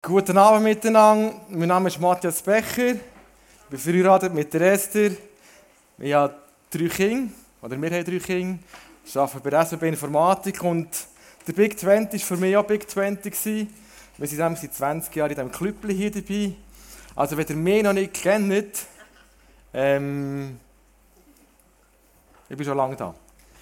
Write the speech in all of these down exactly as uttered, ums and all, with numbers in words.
Guten Abend miteinander. Mein Name ist Matthias Becher. Ich bin verheiratet mit der Esther. Ich habe drei Kinder, oder wir haben drei Kinder. Ich arbeite bei der S B B Informatik und der Big zwanzig war für mich auch Big zwanzig. Wir sind seit zwanzig Jahren in diesem Klüppli hier dabei. Also wenn ihr mich noch nicht kennt, ähm, ich bin schon lange da.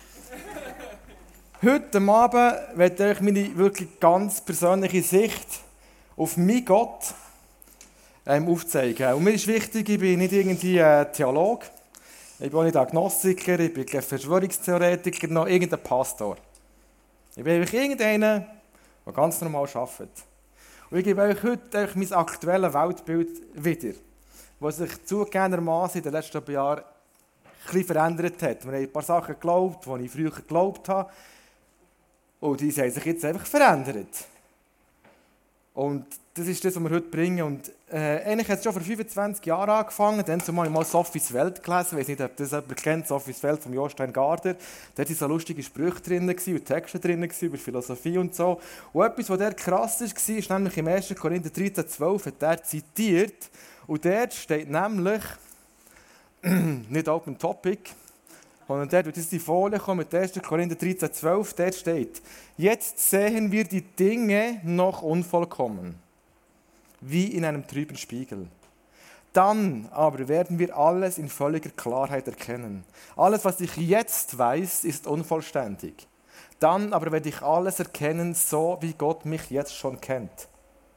Heute Abend möchte ich euch meine wirklich ganz persönliche Sicht auf meinen Gott ähm, aufzeigen. Und mir ist wichtig, ich bin nicht irgendwie ein Theologe, ich bin auch nicht Agnostiker, ich bin kein Verschwörungstheoretiker, noch irgendein Pastor. Ich bin einfach irgendeiner, der ganz normal arbeitet. Und ich gebe euch heute euch mein aktuelles Weltbild wieder, das sich zugegebenermaßen in den letzten paar Jahren ein bisschen verändert hat. Wir haben ein paar Sachen geglaubt, die ich früher geglaubt habe, und die haben sich jetzt einfach verändert. Und das ist das, was wir heute bringen. Und äh, eigentlich hat es schon vor fünfundzwanzig Jahren angefangen. Dann zumal ich mal Sophies Welt gelesen. Ich weiß nicht, ob das jemand kennt, Sophies Welt von Jostein Garder. Da waren so lustige Sprüche drin und Texte drin über Philosophie und so. Und etwas, was der krass war, ist nämlich im ersten Korinther dreizehn zwölf hat er zitiert. Und dort steht nämlich, nicht Open Topic, und dort, das ist die Folie mit ersten Korinther dreizehn zwölf, dort steht: Jetzt sehen wir die Dinge noch unvollkommen, wie in einem trüben Spiegel. Dann aber werden wir alles in völliger Klarheit erkennen. Alles, was ich jetzt weiß, ist unvollständig. Dann aber werde ich alles erkennen, so wie Gott mich jetzt schon kennt.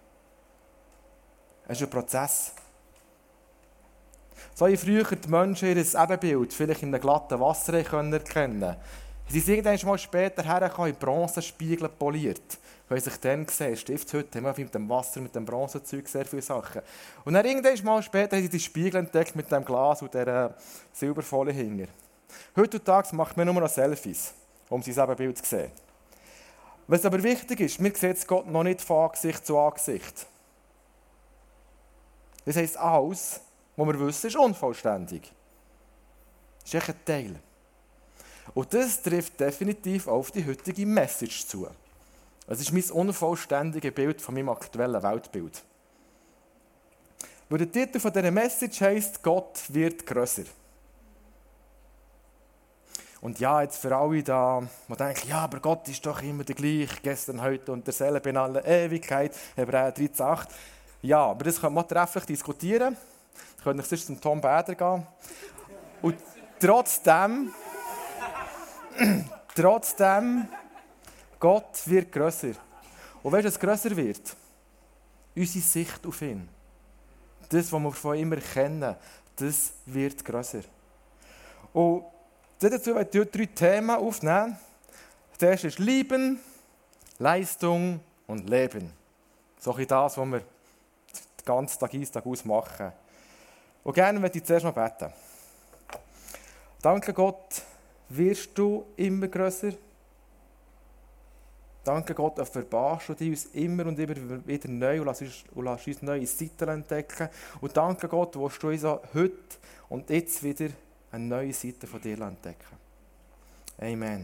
Es ist ein Prozess. So wie früher die Menschen ihr Ebenbild vielleicht in einem glatten Wasser erkennen konnten, sie sind irgendwann mal später hergekommen, in Bronzespiegel poliert. Weil sich dann gesehen, Stiftshütte haben wir mit dem Wasser, mit dem Bronzezeug sehr viele Sachen. Und dann irgendwann mal später haben sie die Spiegel entdeckt mit dem Glas und dieser Silberfolie hinter. Heutzutage macht man nur noch Selfies, um sein Ebenbild zu sehen. Was aber wichtig ist, wir sehen Gott noch nicht von Angesicht zu Angesicht. Das heisst, alles, was wir wissen, ist unvollständig. Das ist echt ein Teil. Und das trifft definitiv auf die heutige Message zu. Das ist mein unvollständiges Bild von meinem aktuellen Weltbild. Weil der Titel von dieser Message heisst, Gott wird grösser. Und ja, jetzt für alle da, die denken, ja, aber Gott ist doch immer der gleiche, gestern, heute und derselbe in aller Ewigkeit, Hebräer dreizehn acht. Ja, aber das können wir trefflich diskutieren. Ich könnte sonst zum Tom Bäder gehen. Und trotzdem, trotzdem, Gott wird grösser. Und weißt du, was grösser wird? Unsere Sicht auf ihn. Das, was wir von ihm erkennen, das wird grösser. Und dazu möchte ich drei Themen aufnehmen. Das erste ist Lieben, Leistung und Leben. So ein das, was wir den ganzen Tag ein, Tag aus machen. Und gerne möchte ich zuerst mal beten. Danke Gott, wirst du immer grösser. Danke Gott, offenbarst du dich uns immer und immer wieder neu und lass uns, und lass uns neue Seiten entdecken. Und danke Gott, wo du uns auch heute und jetzt wieder eine neue Seite von dir entdecken. Amen.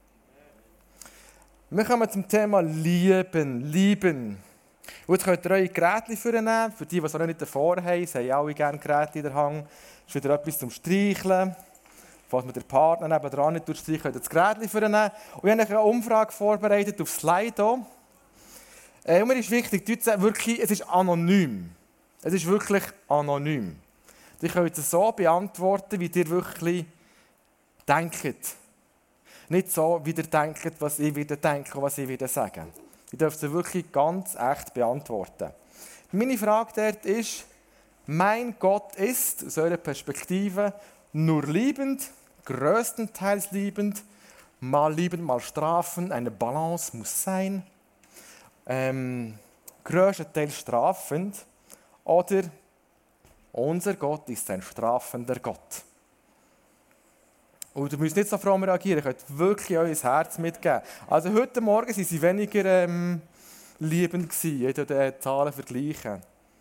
Wir kommen zum Thema Lieben. Lieben. Und jetzt könnt ihr eure Geräte vornehmen. Für die, die es noch nicht davor haben, sie haben alle gerne Geräte in der Hand. Das ist wieder etwas zum Streicheln. Falls man den Partner nebenan nicht durchstreichen, könnt ihr das Geräte vornehmen. Und ich habe eine Umfrage vorbereitet auf Slido. Äh, und mir ist wichtig, wirklich, es ist anonym. Es ist wirklich anonym. Ihr könnt es so beantworten, wie ihr wirklich denkt. Nicht so, wie ihr denkt, was ich wieder denke und was ich wieder sagen. Ihr dürft sie wirklich ganz echt beantworten. Meine Frage dort ist, mein Gott ist, aus eurer Perspektive, nur liebend, größtenteils liebend, mal liebend, mal strafend, eine Balance muss sein, ähm, größtenteils strafend, oder unser Gott ist ein strafender Gott. Und ihr müsst nicht so fromm reagieren, ihr könnt wirklich euer Herz mitgeben. Also heute Morgen waren sie weniger ähm, liebend gewesen, ich die Zahlen vergleichen.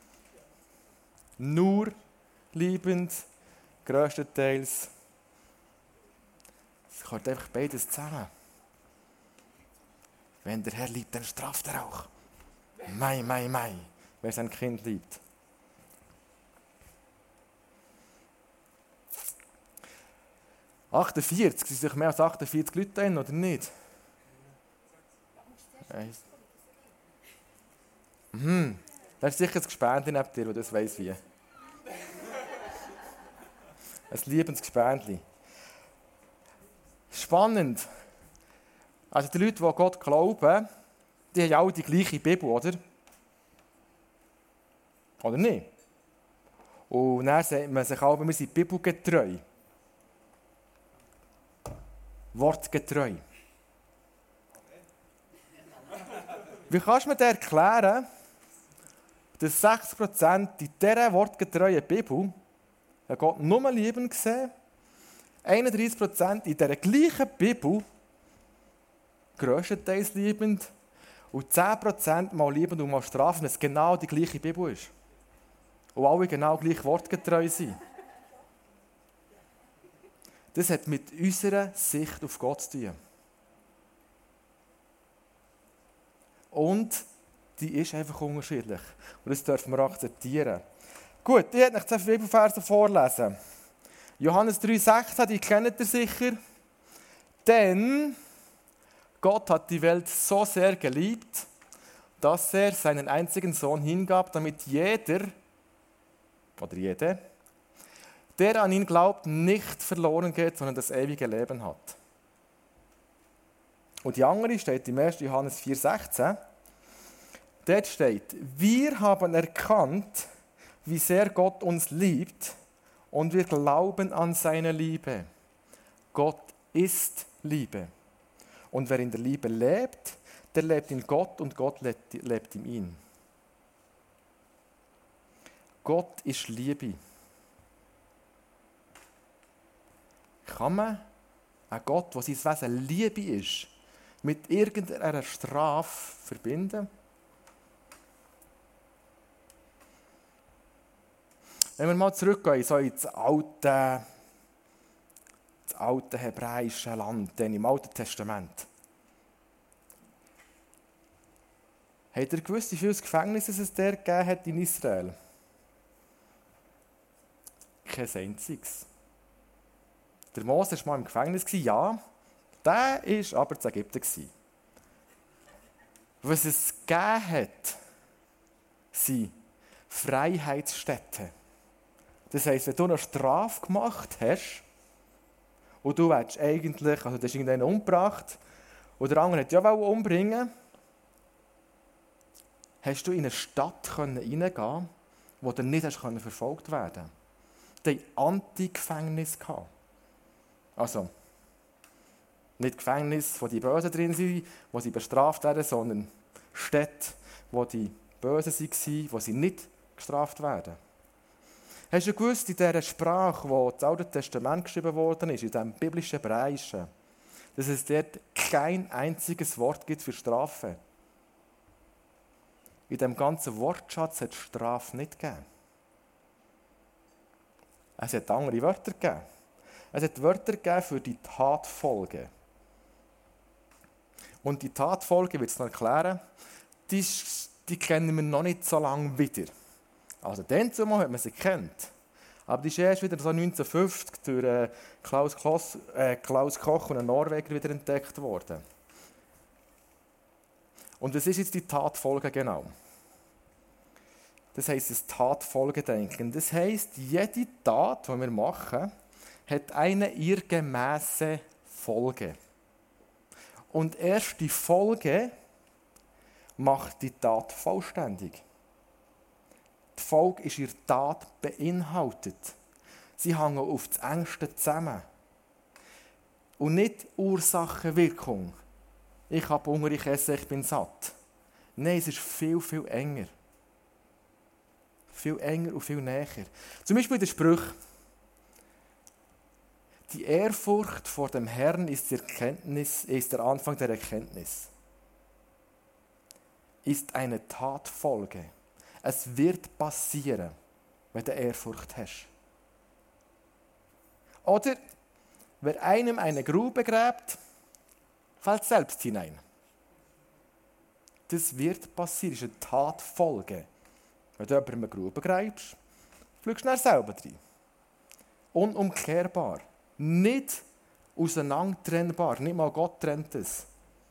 Nur liebend, grösstenteils. Es gehört einfach beides zusammen. Wenn der Herr liebt, dann straft er auch. Mei, mei, mei. wer sein Kind liebt. achtundvierzig, sind sich mehr als achtundvierzig Leute drin, oder nicht? Mhm. Da ist sicher ein Gespendli neben dir, das weiss wie. Ein liebendes Gespendli. Spannend. Also die Leute, die an Gott glauben, die haben alle die gleiche Bibel, oder? Oder nicht? Und dann sagt man sich auch, wir sind bibelgetreu. Wortgetreu. Wie kannst du mir erklären, dass sechzig Prozent in dieser wortgetreuen Bibel Gott nur lieben sehen, einunddreißig Prozent in dieser gleichen Bibel grösstenteils liebend und zehn Prozent mal liebend und mal strafend, dass es genau die gleiche Bibel ist. Und alle genau gleich wortgetreu sind. Das hat mit unserer Sicht auf Gott zu tun. Und die ist einfach unterschiedlich. Und das dürfen wir akzeptieren. Gut, ich werde euch zwei Bibelverse vorlesen. Johannes drei sechzehn, die kennt ihr sicher. Denn Gott hat die Welt so sehr geliebt, dass er seinen einzigen Sohn hingab, damit jeder, oder jede, der an ihn glaubt, nicht verloren geht, sondern das ewige Leben hat. Und die andere steht im ersten Johannes vier sechzehn. Dort steht, wir haben erkannt, wie sehr Gott uns liebt und wir glauben an seine Liebe. Gott ist Liebe. Und wer in der Liebe lebt, der lebt in Gott und Gott lebt, lebt in ihm. Gott ist Liebe. Kann man einen Gott, der sein Wesen Liebe ist, mit irgendeiner Strafe verbinden? Wenn wir mal zurückgehen, so ins alte, das alte hebräische Land, denn im Alten Testament. Habt ihr gewusst, wie viele Gefängnisse es der gegeben hat in Israel? Kein einziges. Der Mose war mal im Gefängnis, ja, der war aber in Ägypten. Was es gegeben hat, sind Freiheitsstädte. Das heisst, wenn du eine Strafe gemacht hast und du willst eigentlich, also du hast irgendeinen umgebracht und der andere hat ja umbringen, hast du in eine Stadt reingehen können, wo du nicht hast verfolgt werden konntest. Die hatten Anti-Gefängnis. Also, nicht Gefängnis, wo die Bösen drin sind, wo sie bestraft werden, sondern Städte, wo die Bösen waren, wo sie nicht gestraft werden. Hast du gewusst, in dieser Sprache, wo das Alte Testament geschrieben worden ist, in diesem biblischen Bereich, dass es dort kein einziges Wort gibt für Strafe? In diesem ganzen Wortschatz hat es Strafe nicht gegeben. Es hat andere Wörter gegeben. Es hat Wörter gegeben für die Tatfolge. Und die Tatfolge, ich will es noch erklären, die, die kennen wir noch nicht so lange wieder. Also dann zumal hat man sie gekannt. Aber die ist erst wieder so neunzehnhundertfünfzig durch äh, Klaus, Kloss, äh, Klaus Koch und einen Norweger wieder entdeckt worden. Und was ist jetzt die Tatfolge genau? Das heisst, das Tatfolgedenken. Das heisst, jede Tat, die wir machen, hat eine ihr gemäße Folge. Und erst die Folge macht die Tat vollständig. Die Folge ist in der Tat beinhaltet. Sie hängen auf das Engste zusammen. Und nicht Ursache-Wirkung. Ich habe Hunger, ich esse, ich bin satt. Nein, es ist viel, viel enger. Viel enger und viel näher. Zum Beispiel der Spruch: Die Ehrfurcht vor dem Herrn ist, die Erkenntnis, ist der Anfang der Erkenntnis. Ist eine Tatfolge. Es wird passieren, wenn du Ehrfurcht hast. Oder, wer einem eine Grube gräbt, fällt selbst hinein. Das wird passieren, das ist eine Tatfolge. Wenn du jemanden in eine Grube greifst, fliegst du dann selber rein. Unumkehrbar. Nicht auseinandertrennbar. Nicht mal Gott trennt es.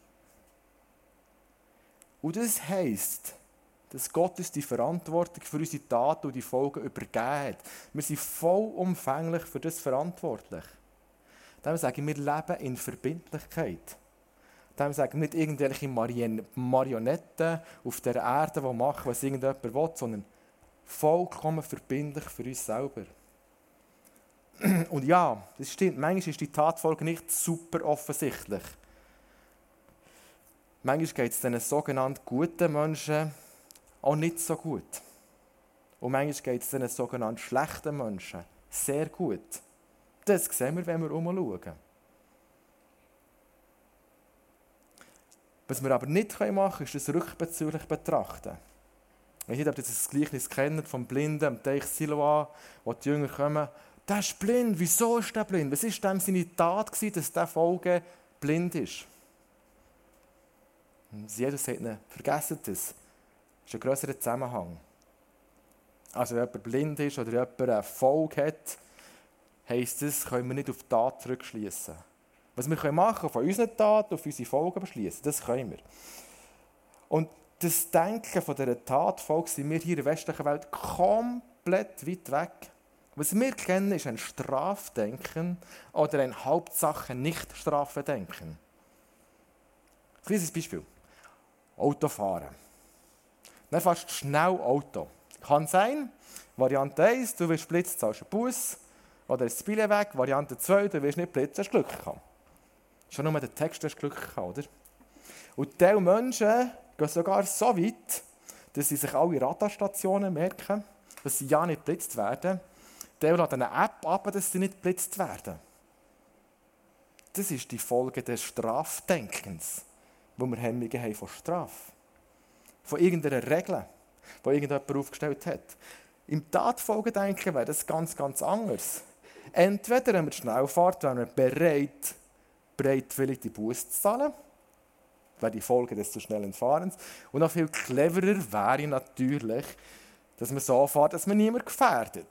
Und das heisst, dass Gott uns die Verantwortung für unsere Taten und die Folgen übergeben hat. Wir sind vollumfänglich für das verantwortlich. Darum sage ich, wir leben in Verbindlichkeit. Darum sagen wir nicht irgendwelche Marionetten auf der Erde, die machen, was irgendjemand will, sondern vollkommen verbindlich für uns selber. Und ja, das stimmt, manchmal ist die Tatfolge nicht super offensichtlich. Manchmal geht es den sogenannten guten Menschen auch nicht so gut. Und manchmal geht es den sogenannten schlechten Menschen sehr gut. Das sehen wir, wenn wir umschauen. Was wir aber nicht machen können, ist das rückbezüglich betrachten. Ich weiß nicht, ob ihr das Gleichnis kennt vom Blinden am Teich Siloa, wo die Jünger kommen. Der ist blind. Wieso ist der blind? Was war dem seine Tat, dass der Folge blind ist? Und Jesus sagt ihnen, vergesst das. Das ist ein grösserer Zusammenhang. Also wenn jemand blind ist oder jemand eine Folge hat, heisst das, können wir nicht auf die Tat zurückschliessen. Was wir machen können, von unseren Taten auf unsere Folgen beschließen, das können wir. Und das Denken von dieser Tatfolge sind wir hier in der westlichen Welt komplett weit weg. Was wir kennen, ist ein Strafdenken oder ein Hauptsache-Nicht-Strafdenken. Ein kleines Beispiel. Autofahren. Dann fährst du schnell Auto. Kann sein, Variante eins, du wirst blitzt, zahlst einen Bus. Oder ist das Billett weg. Variante zwei, du wirst nicht blitzt, hast Glück gehabt. Schon nur der Text hast Glück gehabt, oder? Und diese Menschen gehen sogar so weit, dass sie sich alle Radarstationen merken, dass sie ja nicht geblitzt werden. Die laden eine App ab, dass sie nicht geblitzt werden. Das ist die Folge des Strafdenkens, wo wir Hemmungen haben von Strafe. Von irgendeiner Regel, die irgendjemand aufgestellt hat. Im Tatfolgedenken wäre das ganz, ganz anders. Entweder, wenn wir schnell fahren, wären wir bereit, bereitwillig die Buße zu zahlen. Das wäre die Folge des zu schnellen Fahrens. Und noch viel cleverer wäre natürlich, dass man so fährt, dass man niemand gefährdet.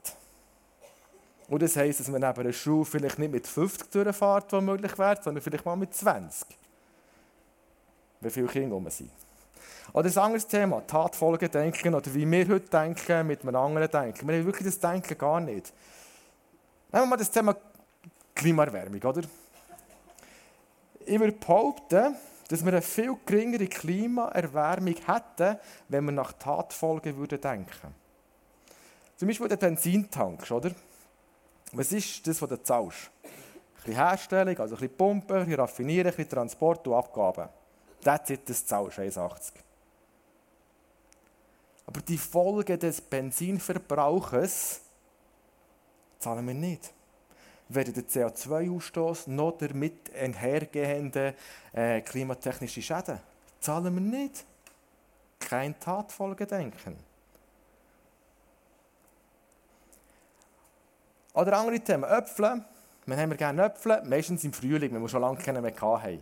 Und das heisst, dass man neben einer Schule vielleicht nicht mit fünfzig durchfährt, was möglich wäre, sondern vielleicht mal mit zwanzig. Wie viele Kinder rum sind. Oder ein anderes Thema, Tatfolgedenken oder wie wir heute denken, mit einem anderen denken. Wir haben wirklich das Denken gar nicht. Nehmen wir mal das Thema Klimaerwärmung, oder? Ich würde behaupten, dass wir eine viel geringere Klimaerwärmung hätten, wenn wir nach Tatfolgen würden denken. Zum Beispiel den Benzintank, oder? Was ist das, was du zahlst? Ein bisschen Herstellung, also ein bisschen Pumpen, ein bisschen Raffinieren, ein bisschen Transport und Abgaben. Das ist das zahlst, eins Komma achtzig. Aber die Folgen des Benzinverbrauchs zahlen wir nicht. Weder der C O zwei Ausstoß noch der mit einhergehenden äh, klimatechnischen Schäden zahlen wir nicht. Kein Tatfolgedenken. Oder andere Themen. Äpfel. Wir haben gerne Äpfel, meistens im Frühling, wenn wir schon lange keine mehr haben.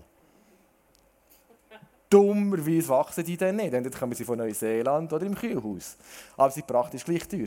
Dummerweise wachsen die dann nicht, dann kommen sie von Neuseeland oder im Kühlhaus. Aber sie sind praktisch gleich teuer.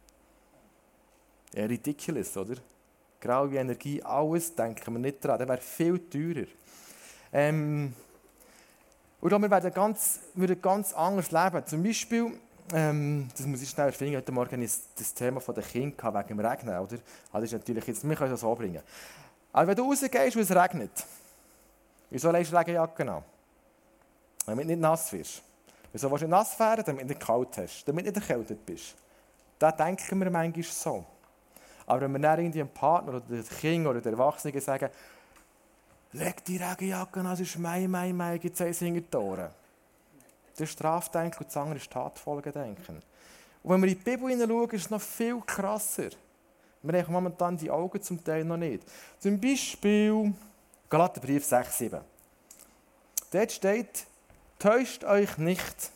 Ja, ridiculous, oder? Graue Energie, alles denken wir nicht dran, das wäre viel teurer. Ähm, und wir werden ganz, würden ganz anders leben. Zum Beispiel, ähm, das muss ich schnell erfinden, heute Morgen ist das Thema der Kinder wegen dem Regnen, oder? Also das ist natürlich jetzt, wir können das so bringen. Aber wenn du rausgehst und es regnet, wieso legst du Regenjacke an? Damit du nicht nass wirst. Wieso willst du nicht nass werden? Damit du nicht kalt hast, damit du nicht erkältet bist. Da denken wir manchmal so. Aber wenn wir dann irgendwie dem Partner oder dem Kind oder den Erwachsenen sagen, leg die Regenjacke an, sonst Mai, Mai, Mai, gibt es eins hinter die Ohren. Das ist Strafdenken und das andere ist Tatfolgedenken. Und wenn wir in die Bibel hineinschauen, ist es noch viel krasser. Wir haben momentan die Augen zum Teil noch nicht. Zum Beispiel Galaterbrief sechs, sieben. Dort steht, täuscht euch nicht.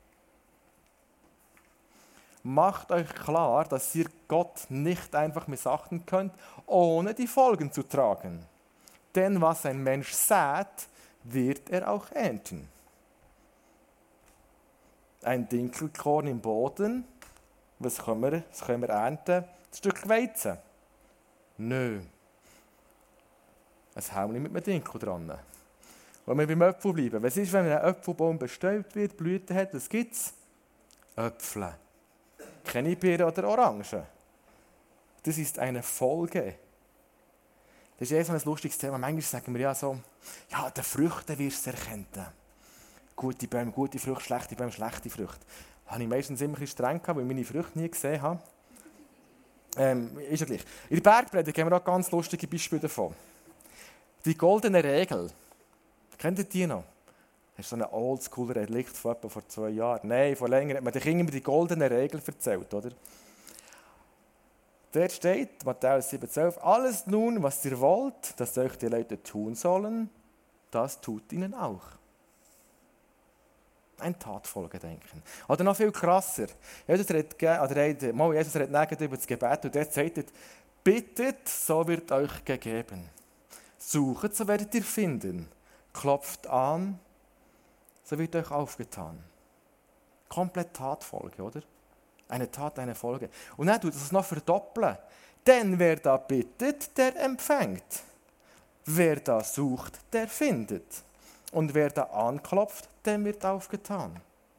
Macht euch klar, dass ihr Gott nicht einfach missachten könnt, ohne die Folgen zu tragen. Denn was ein Mensch sät, wird er auch ernten. Ein Dinkelkorn im Boden Was können wir, was können wir ernten? Ein Stück Weizen? Nö. Ein Helm mit einem Dinkel dran. Wenn wir beim Äpfel bleiben. Was ist, wenn ein Äpfelbaum bestäubt wird, Blüten hat? Was gibt es? Äpfel. Keine Beeren oder Orangen. Das ist eine Folge. Das ist eher so ein lustiges Thema. Manchmal sagen wir ja so, ja, den Früchten wirst du erkennen. Gute Bäume, gute Früchte, schlechte Bäume, schlechte Früchte. Da habe ich meistens immer ein bisschen streng gehabt, weil ich meine Früchte nie gesehen habe. Ähm, ist ja gleich. In der Bergpredigt haben wir auch ganz lustige Beispiele davon. Die goldene Regel. Kennt ihr die noch? Das ist so eine Oldschool-Relikt von etwa vor zwei Jahren. Nein, vor länger hat man den Kindern die goldene Regel erzählt, oder? Dort steht, Matthäus sieben zwölf, alles nun, was ihr wollt, dass euch die Leute tun sollen, das tut ihnen auch. Ein Tatfolgedenken. Oder noch viel krasser. Jesus redet, oder redet, mal Jesus redet über das Gebet und dort sagt er, bittet, so wird euch gegeben. Sucht, so werdet ihr finden. Klopft an, so wird euch aufgetan. Komplett Tatfolge, oder? Eine Tat, eine Folge. Und dann tut es noch verdoppeln. Denn wer da bittet, der empfängt. Wer da sucht, der findet. Und wer da anklopft, dem wird aufgetan.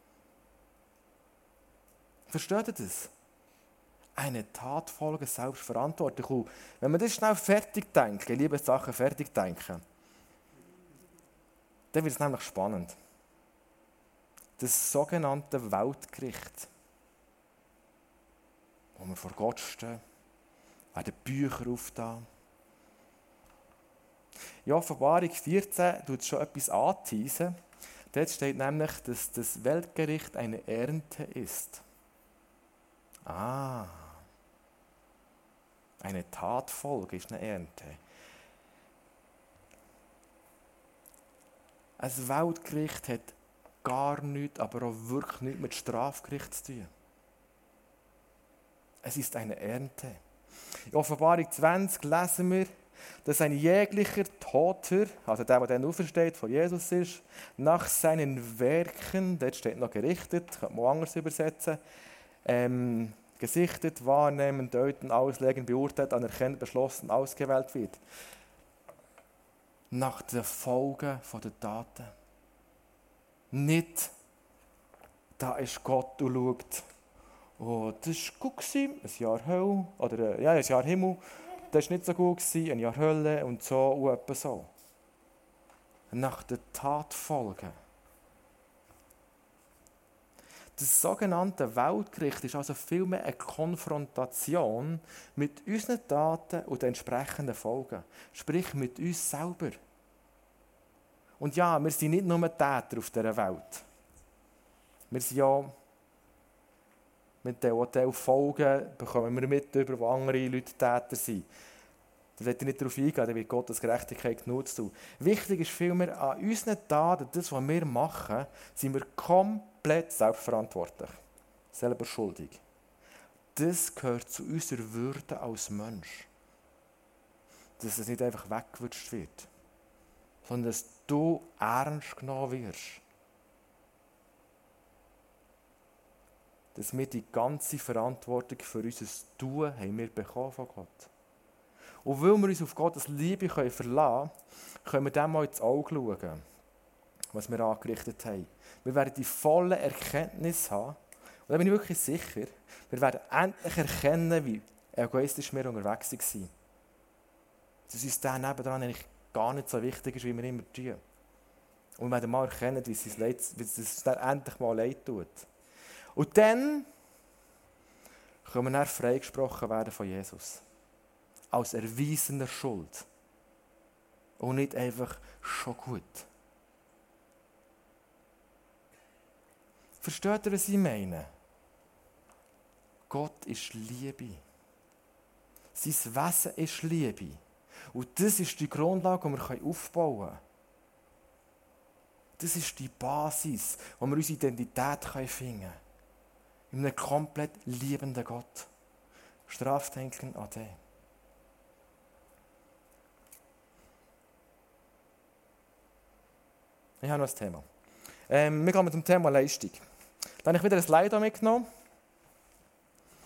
Versteht ihr das? Eine Tatfolge selbstverantwortlich. Und wenn wir das schnell fertig denken, liebe Sachen fertig denken, dann wird es nämlich spannend. Das sogenannte Weltgericht, wo wir vor Gott stehen, werden Bücher aufgetan. In Offenbarung vierzehn tut es schon etwas anteasen. Dort steht nämlich, dass das Weltgericht eine Ernte ist. Ah, eine Tatfolge ist eine Ernte. Ein Weltgericht hat gar nichts, aber auch wirklich nichts mit Strafgericht zu tun. Es ist eine Ernte. In Offenbarung zwanzig lesen wir, dass ein jeglicher Toter, also der, der dann aufersteht, von Jesus ist, nach seinen Werken, dort steht noch gerichtet, könnte man anders übersetzen, ähm, gesichtet, wahrnehmen, deuten, auslegen, beurteilt, anerkennen, beschlossen, ausgewählt wird. Nach den Folgen der Taten. Nicht, da ist Gott und schaut, oh, das war gut, ein Jahr Hölle, oder ja, ein Jahr Himmel, das war nicht so gut, ein Jahr Hölle und so und etwa so. Nach den Tatfolgen. Das sogenannte Weltgericht ist also vielmehr eine Konfrontation mit unseren Taten und den entsprechenden Folgen. Sprich, mit uns selber. Und ja, wir sind nicht nur Täter auf dieser Welt. Wir sind ja mit den Folgen bekommen wir mit, über wo andere Leute Täter sind. Da will ich nicht darauf eingehen, da wird Gottes Gerechtigkeit genutzt. Wichtig ist vielmehr, an unseren Taten, das, was wir machen, sind wir komplett selbstverantwortlich. Selber schuldig. Das gehört zu unserer Würde als Mensch. Dass es nicht einfach weggewischt wird, sondern dass du ernst genommen wirst. Dass wir die ganze Verantwortung für unser Tun haben wir bekommen von Gott. Und weil wir uns auf Gottes Liebe verlassen können, können wir dem mal ins Auge schauen, was wir angerichtet haben. Wir werden die volle Erkenntnis haben, und da bin ich wirklich sicher, wir werden endlich erkennen, wie egoistisch wir unterwegs waren. Dass uns der nebendran eigentlich gar nicht so wichtig ist, wie wir immer tun. Und wir werden mal erkennen, wie es uns, leid, wie es uns dann endlich mal leid tut. Und dann können wir dann freigesprochen werden von Jesus. Als erwiesener Schuld. Und nicht einfach schon gut. Versteht ihr, was ich meine? Gott ist Liebe. Sein Wesen ist Liebe. Und das ist die Grundlage, die wir aufbauen können. Das ist die Basis, wo wir unsere Identität finden können. In einem komplett liebenden Gott. Strafdenken an den. Ich habe noch ein Thema. Ähm, wir gehen mit dem Thema Leistung. Da habe ich wieder ein Slide mitgenommen.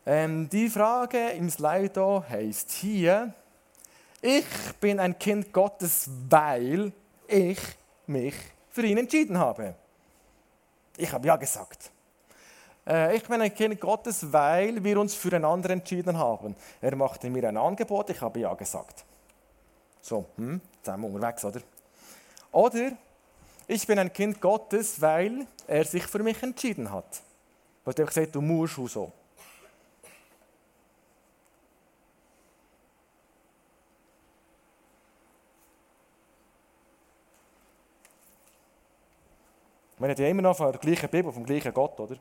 Ähm, die Frage im Slido heisst hier, ich bin ein Kind Gottes, weil ich mich für ihn entschieden habe. Ich habe ja gesagt. Äh, ich bin ein Kind Gottes, weil wir uns füreinander entschieden haben. Er machte mir ein Angebot, ich habe ja gesagt. So, hm, zusammen unterwegs, oder? Oder, ich bin ein Kind Gottes, weil er sich für mich entschieden hat. Weil er gesagt hat, du musst und so. Wir reden ja immer noch von der gleichen Bibel, vom gleichen Gott, oder?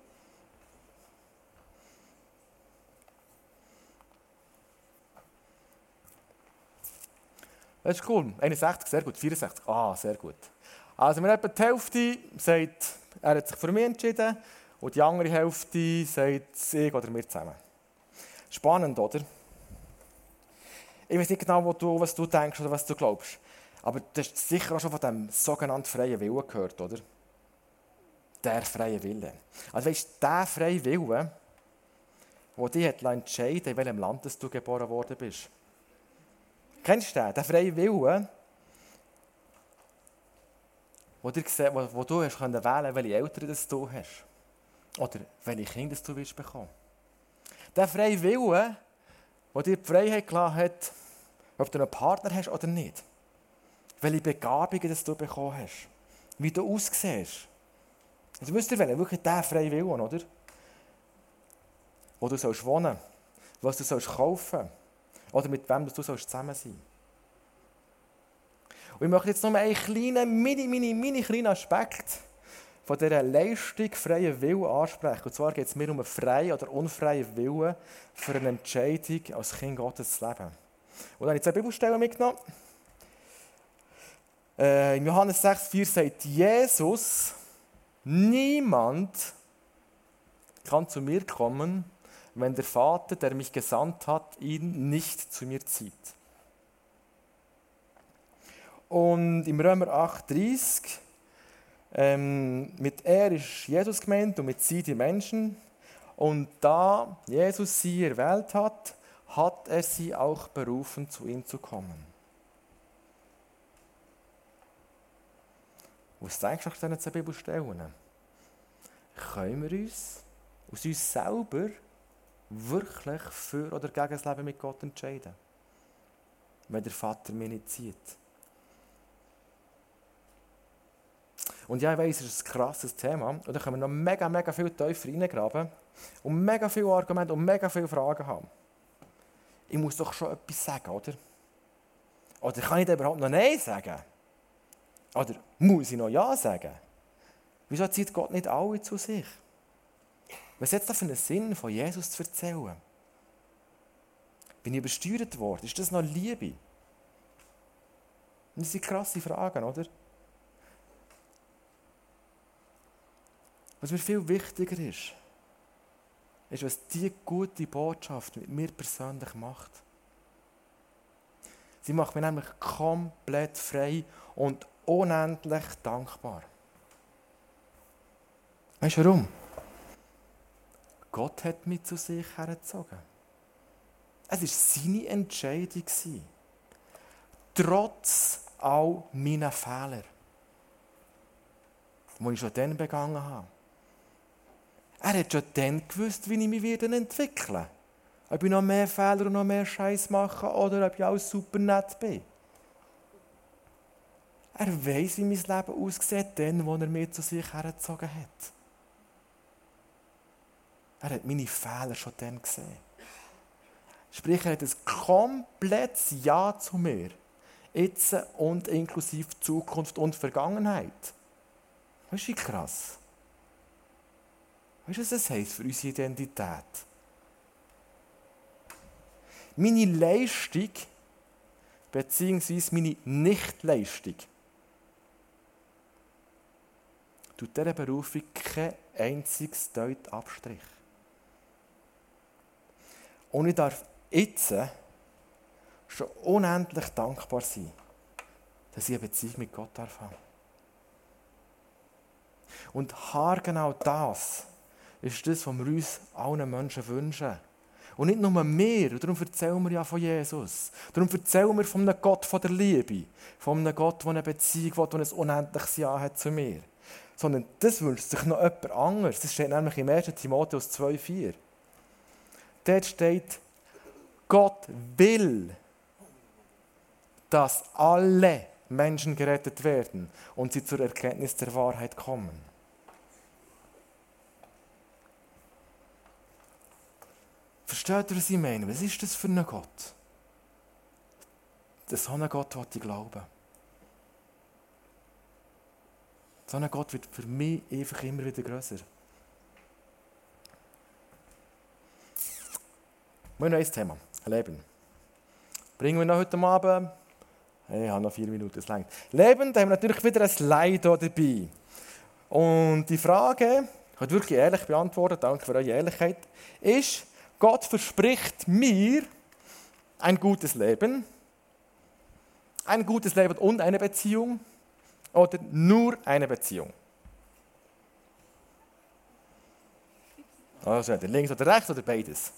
Das ist cool. einundsechzig, sehr gut. vierundsechzig, ah, sehr gut. Also wir haben etwa die Hälfte sagt, er hat sich für mich entschieden und die andere Hälfte sagt, ich oder wir zusammen. Spannend, oder? Ich weiß nicht genau, wo du, was du denkst oder was du glaubst, aber du hast sicher auch schon von dem sogenannten freien Willen gehört, oder? Der freie Wille. Also weißt du, der freie Wille, der dich entscheiden hat, in welchem Land du geboren worden bist. Kennst du den? Den freien Willen, wo, dir, wo, wo du hast wählen konntest, welche Eltern das du hast. Oder welche Kinder du willst bekommen. Der freie Wille, der dir die Freiheit gelassen hat, ob du einen Partner hast oder nicht. Welche Begabungen das du bekommen hast. Wie du aussiehst. Also wisst ihr, wirklich der freie Willen, oder? Wo du sollst wohnen, was du sollst kaufen oder mit wem du sollst zusammen sein. Und ich möchte jetzt noch einen kleinen, mini, mini, mini kleinen Aspekt von dieser Leistung freien Willen ansprechen. Und zwar geht es mir um einen freien oder unfreien Willen für eine Entscheidung als Kind Gottes zu leben. Und dann habe ich zwei Bibelstellen mitgenommen. Äh, in Johannes sechs, vier sagt Jesus, niemand kann zu mir kommen, wenn der Vater, der mich gesandt hat, ihn nicht zu mir zieht. Und im Römer acht, dreißig, ähm, mit er ist Jesus gemeint und mit sie die Menschen. Und da Jesus sie erwählt hat, hat er sie auch berufen, zu ihm zu kommen. Was denkst du nach diesen zwei Bibelstellen? Können wir uns aus uns selber wirklich für oder gegen das Leben mit Gott entscheiden? Wenn der Vater mich nicht zieht. Und ja, ich weiss, es ist ein krasses Thema. Und da können wir noch mega, mega viel tiefer reingraben und mega viele Argumente und mega viele Fragen haben. Ich muss doch schon etwas sagen, oder? Oder kann ich da überhaupt noch Nein sagen? Oder muss ich noch Ja sagen? Wieso zieht Gott nicht alle zu sich? Was hat es da für einen Sinn, von Jesus zu erzählen? Bin ich übersteuert worden? Ist das noch Liebe? Das sind krasse Fragen, oder? Was mir viel wichtiger ist, ist, was diese gute Botschaft mit mir persönlich macht. Sie macht mich nämlich komplett frei und unendlich dankbar. Weißt du warum? Gott hat mich zu sich hergezogen. Es war seine Entscheidung. Trotz all meiner Fehler, die ich schon dann begangen habe. Er hat schon dann gewusst, wie ich mich entwickeln werde. Ob ich noch mehr Fehler und noch mehr Scheiß mache oder ob ich auch super nett bin. Er weiss, wie mein Leben aussieht, dann, als er mich zu sich hergezogen hat. Er hat meine Fehler schon dann gesehen. Sprich, er hat ein komplettes Ja zu mir. Jetzt und inklusive Zukunft und Vergangenheit. Weißt du, wie krass? Weißt du, was das heisst für unsere Identität? Meine Leistung bzw. meine Nichtleistung tut dieser Berufung kein einziges Deut Abstrich. Und ich darf jetzt schon unendlich dankbar sein, dass ich eine Beziehung mit Gott darf haben. Und haargenau das ist das, was wir uns allen Menschen wünschen. Und nicht nur wir, und darum erzählen wir ja von Jesus. Darum erzählen wir von einem Gott von der Liebe, von einem Gott, der eine Beziehung will, der ein unendliches Ja hat zu mir. Sondern das wünscht sich noch jemand anderes. Das steht nämlich im ersten Timotheus zwei vier. Dort steht, Gott will, dass alle Menschen gerettet werden und sie zur Erkenntnis der Wahrheit kommen. Versteht ihr, was ich meine? Was ist das für ein Gott? So einen Gott will ich glauben. So ein Gott wird für mich einfach immer wieder grösser. Wir haben noch ein Thema, Leben. Bringen wir noch heute Abend. Ich habe noch vier Minuten, es reicht. Leben, da haben wir natürlich wieder ein Slide dabei. Und die Frage, ich habe wirklich ehrlich beantwortet, danke für eure Ehrlichkeit, ist, Gott verspricht mir ein gutes Leben, ein gutes Leben und eine Beziehung oder nur eine Beziehung? Also links oder rechts oder beides?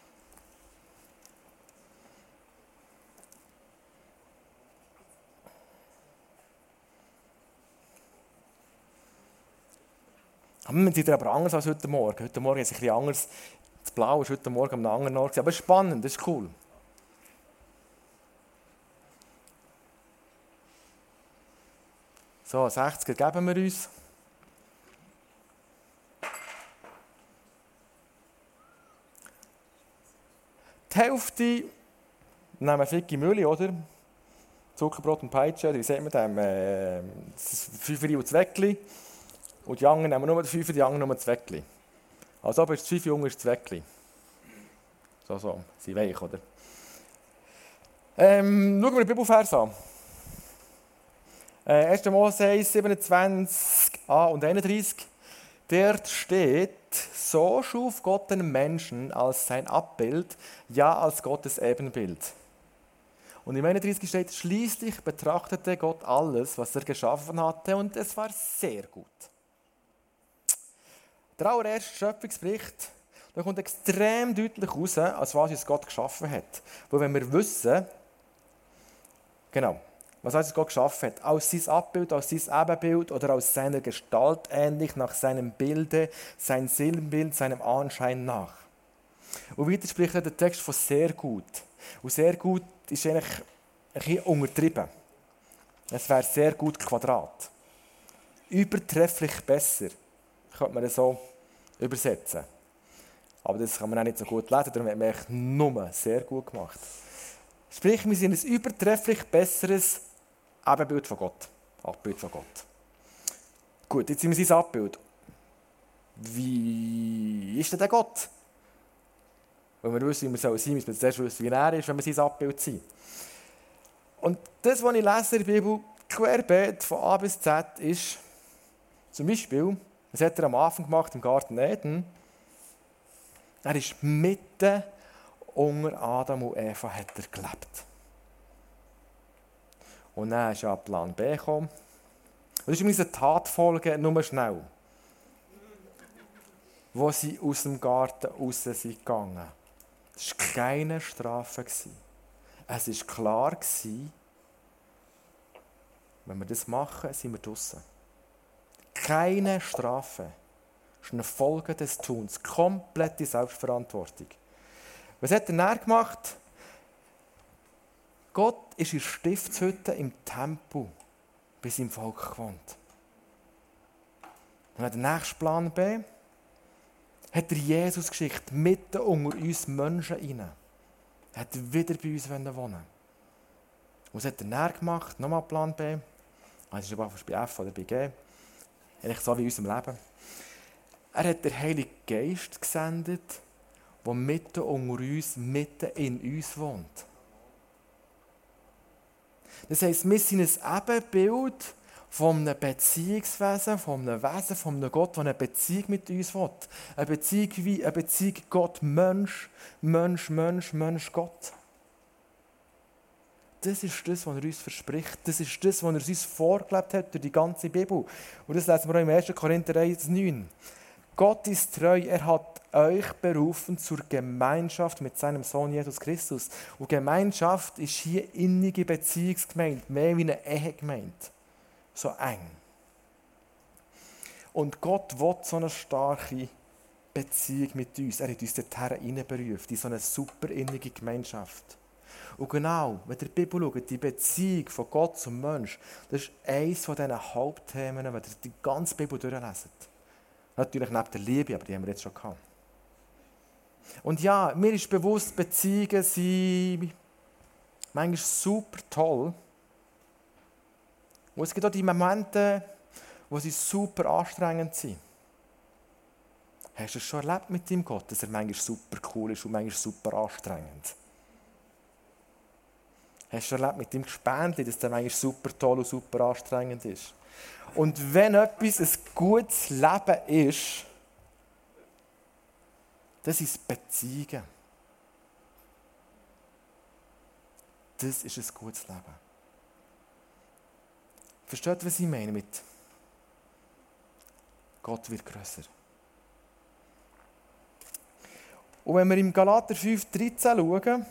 Man sieht aber anders als heute Morgen. Heute Morgen ist es ein bisschen anders. Das Blau ist heute Morgen an einem anderen Ort. Aber es ist spannend, das ist cool. So, sechziger geben wir uns. Die Hälfte nehmen Ficky Mühle, oder? Zuckerbrot und Peitsche, wie sagt man dem? Äh, das Fünferi und Zweckli. Und die anderen nehmen nur den Fünfer, die anderen nur das Zweckli. Also aber ist das Fünfer Junge ist das Zweckli. So, so, sie weich, oder? Ähm, schauen wir den Bibelvers an. Äh, erster Mose eins, siebenundzwanzig a und einunddreißig. Dort steht, so schuf Gott den Menschen als sein Abbild, ja als Gottes Ebenbild. Und im einunddreißig steht, schließlich betrachtete Gott alles, was er geschaffen hatte, und es war sehr gut. Der allererste Schöpfungsbericht, da kommt extrem deutlich raus, als was uns Gott geschaffen hat. Weil wenn wir wissen, genau, was uns Gott geschaffen hat, aus sein Abbild, aus sein Ebenbild oder aus seiner Gestalt ähnlich, nach seinem Bilde, sein Sinnbild, seinem Anschein nach. Und weiter spricht der Text von sehr gut. Und sehr gut ist eigentlich ein bisschen untertrieben. Es wäre sehr gut Quadrat. Übertrefflich besser, könnte man das so übersetzen. Aber das kann man auch nicht so gut lesen, darum hat man echt nur sehr gut gemacht. Sprich, wir sind ein übertrefflich besseres Ebenbild von Gott. Abbild von Gott. Gut, jetzt sind wir sein Abbild. Wie ist denn der Gott? Wenn wir wissen, wie wir sein sollen, müssen wir zuerst wissen, wie er ist, wenn wir sein Abbild sind. Und das, was ich lese in der Bibel, querbeet von A bis Z, ist zum Beispiel, das hat er am Anfang gemacht im Garten Eden. Er ist mitten unter Adam und Eva hat er gelebt. Und dann ist ja Plan B gekommen. Und das ist unsere Tatfolge nur schnell. Wo sie aus dem Garten raus sind gegangen. Das war keine Strafe. Es war klar, wenn wir das machen, sind wir draussen. Keine Strafe. Das ist eine Folge des Tuns. Komplette Selbstverantwortung. Was hat er dann gemacht? Gott ist in der Stiftshütte im Tempel bei seinem Volk gewohnt. Und der nächste Plan B hat er Jesus geschickt, mitten unter uns Menschen rein. Er hat wieder bei uns wohnen wollen. Was hat er dann gemacht? Nochmal Plan B. Das ist aber bei F oder bei G. Eigentlich so wie in unserem Leben. Er hat den Heiligen Geist gesendet, der mitten unter uns, mitten in uns wohnt. Das heisst, wir sind ein Ebenbild von einem Beziehungswesen, von einem Wesen, von einem Gott, der eine Beziehung mit uns will. Eine Beziehung wie eine Beziehung Gott-Mensch, Mensch, Mensch, Mensch, Gott. Das ist das, was er uns verspricht. Das ist das, was er uns vorgelebt hat durch die ganze Bibel. Und das lesen wir auch im ersten Korinther eins neun. Gott ist treu, er hat euch berufen zur Gemeinschaft mit seinem Sohn Jesus Christus. Und Gemeinschaft ist hier innige Beziehungsgemeinde, mehr wie eine Ehe gemeint. So eng. Und Gott will so eine starke Beziehung mit uns. Er hat uns dorthin hineinberufen, in so eine super innige Gemeinschaft. Und genau, wenn ihr die Bibel schaut, die Beziehung von Gott zum Mensch, das ist eines von diesen Hauptthemen, wenn ihr die ganze Bibel durchlesen. Natürlich neben der Liebe, aber die haben wir jetzt schon gehabt. Und ja, mir ist bewusst, Beziehungen sind manchmal super toll. Und es gibt auch die Momente, wo sie super anstrengend sind. Hast du es schon erlebt mit deinem Gott, dass er manchmal super cool ist und manchmal super anstrengend? Hast du schon erlebt mit deinem Gespendli, dass der manchmal super toll und super anstrengend ist? Und wenn etwas ein gutes Leben ist, das ist Beziehungen. Das ist ein gutes Leben. Versteht ihr, was ich meine mit Gott wird grösser? Und wenn wir im Galater fünf dreizehn schauen,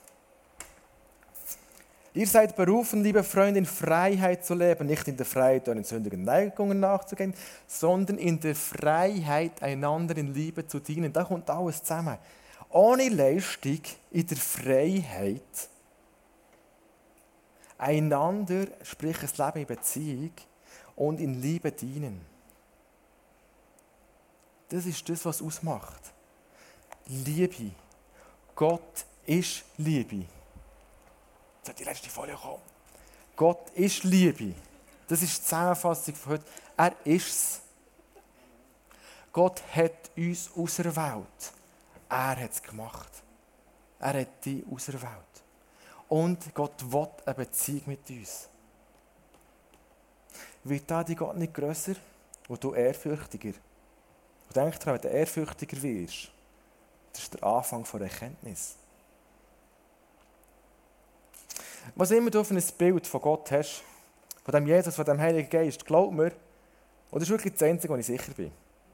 ihr seid berufen, liebe Freunde, in Freiheit zu leben, nicht in der Freiheit euren sündigen Neigungen nachzugehen, sondern in der Freiheit, einander in Liebe zu dienen. Da kommt alles zusammen. Ohne Leistung, in der Freiheit, einander, sprich ein Leben in Beziehung und in Liebe dienen. Das ist das, was ausmacht. Liebe. Gott ist Liebe. Die letzte Folie kommen. Gott ist Liebe. Das ist die Zusammenfassung von heute. Er ist es. Gott hat uns auserwählt. Er hat es gemacht. Er hat dich auserwählt. Und Gott will eine Beziehung mit uns. Wird da die Gott nicht grösser, wo du ehrfürchtiger? Und denk daran, wenn du ehrfürchtiger wirst, das ist der Anfang der Erkenntnis. Was immer du für ein Bild von Gott hast, von dem Jesus, von dem Heiligen Geist, glaub mir, und das ist wirklich das Einzige, wo ich sicher bin.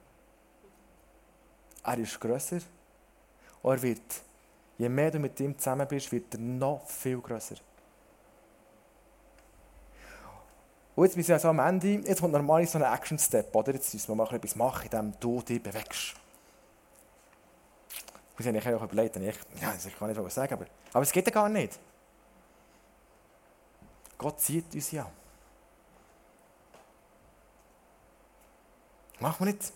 Er ist grösser und er wird, je mehr du mit ihm zusammen bist, wird er noch viel grösser. Und jetzt sind wir also am Ende, jetzt kommt normal so ein Action-Step, oder? Jetzt müssen wir mal etwas machen, indem du dich bewegst. Ich habe mir auch überlegt, ich, ja, das kann ich nicht sagen, aber, aber es geht ja gar nicht. Gott zieht uns ja. Machen wir nicht.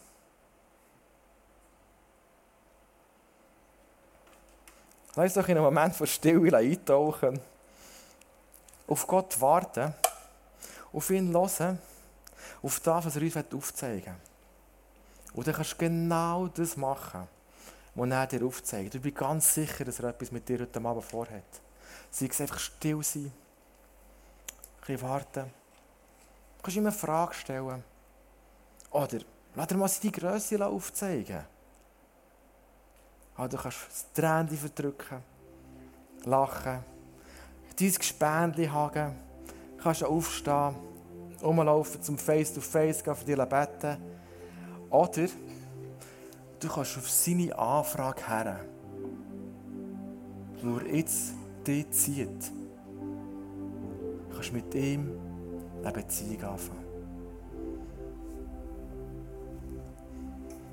Lass uns doch in einen Moment von Stille eintauchen. Auf Gott warten. Auf ihn hören. Auf das, was er uns aufzeigen will. Und dann kannst du genau das machen, was er dir aufzeigt. Ich bin ganz sicher, dass er etwas mit dir heute Abend vorhat. Sei es einfach still sein. Ein bisschen warten. Du kannst ihm eine Frage stellen. Oder lass dir mal seine Grösse aufzeigen. Oder du kannst das Tränchen verdrücken, lachen, dein Gespendli hagen, kannst aufstehen, rumlaufen zum Face-to-Face, gehen für dich beten. Oder du kannst auf seine Anfrage her, wo er jetzt dich zieht. Du kannst mit ihm eine Beziehung anfangen.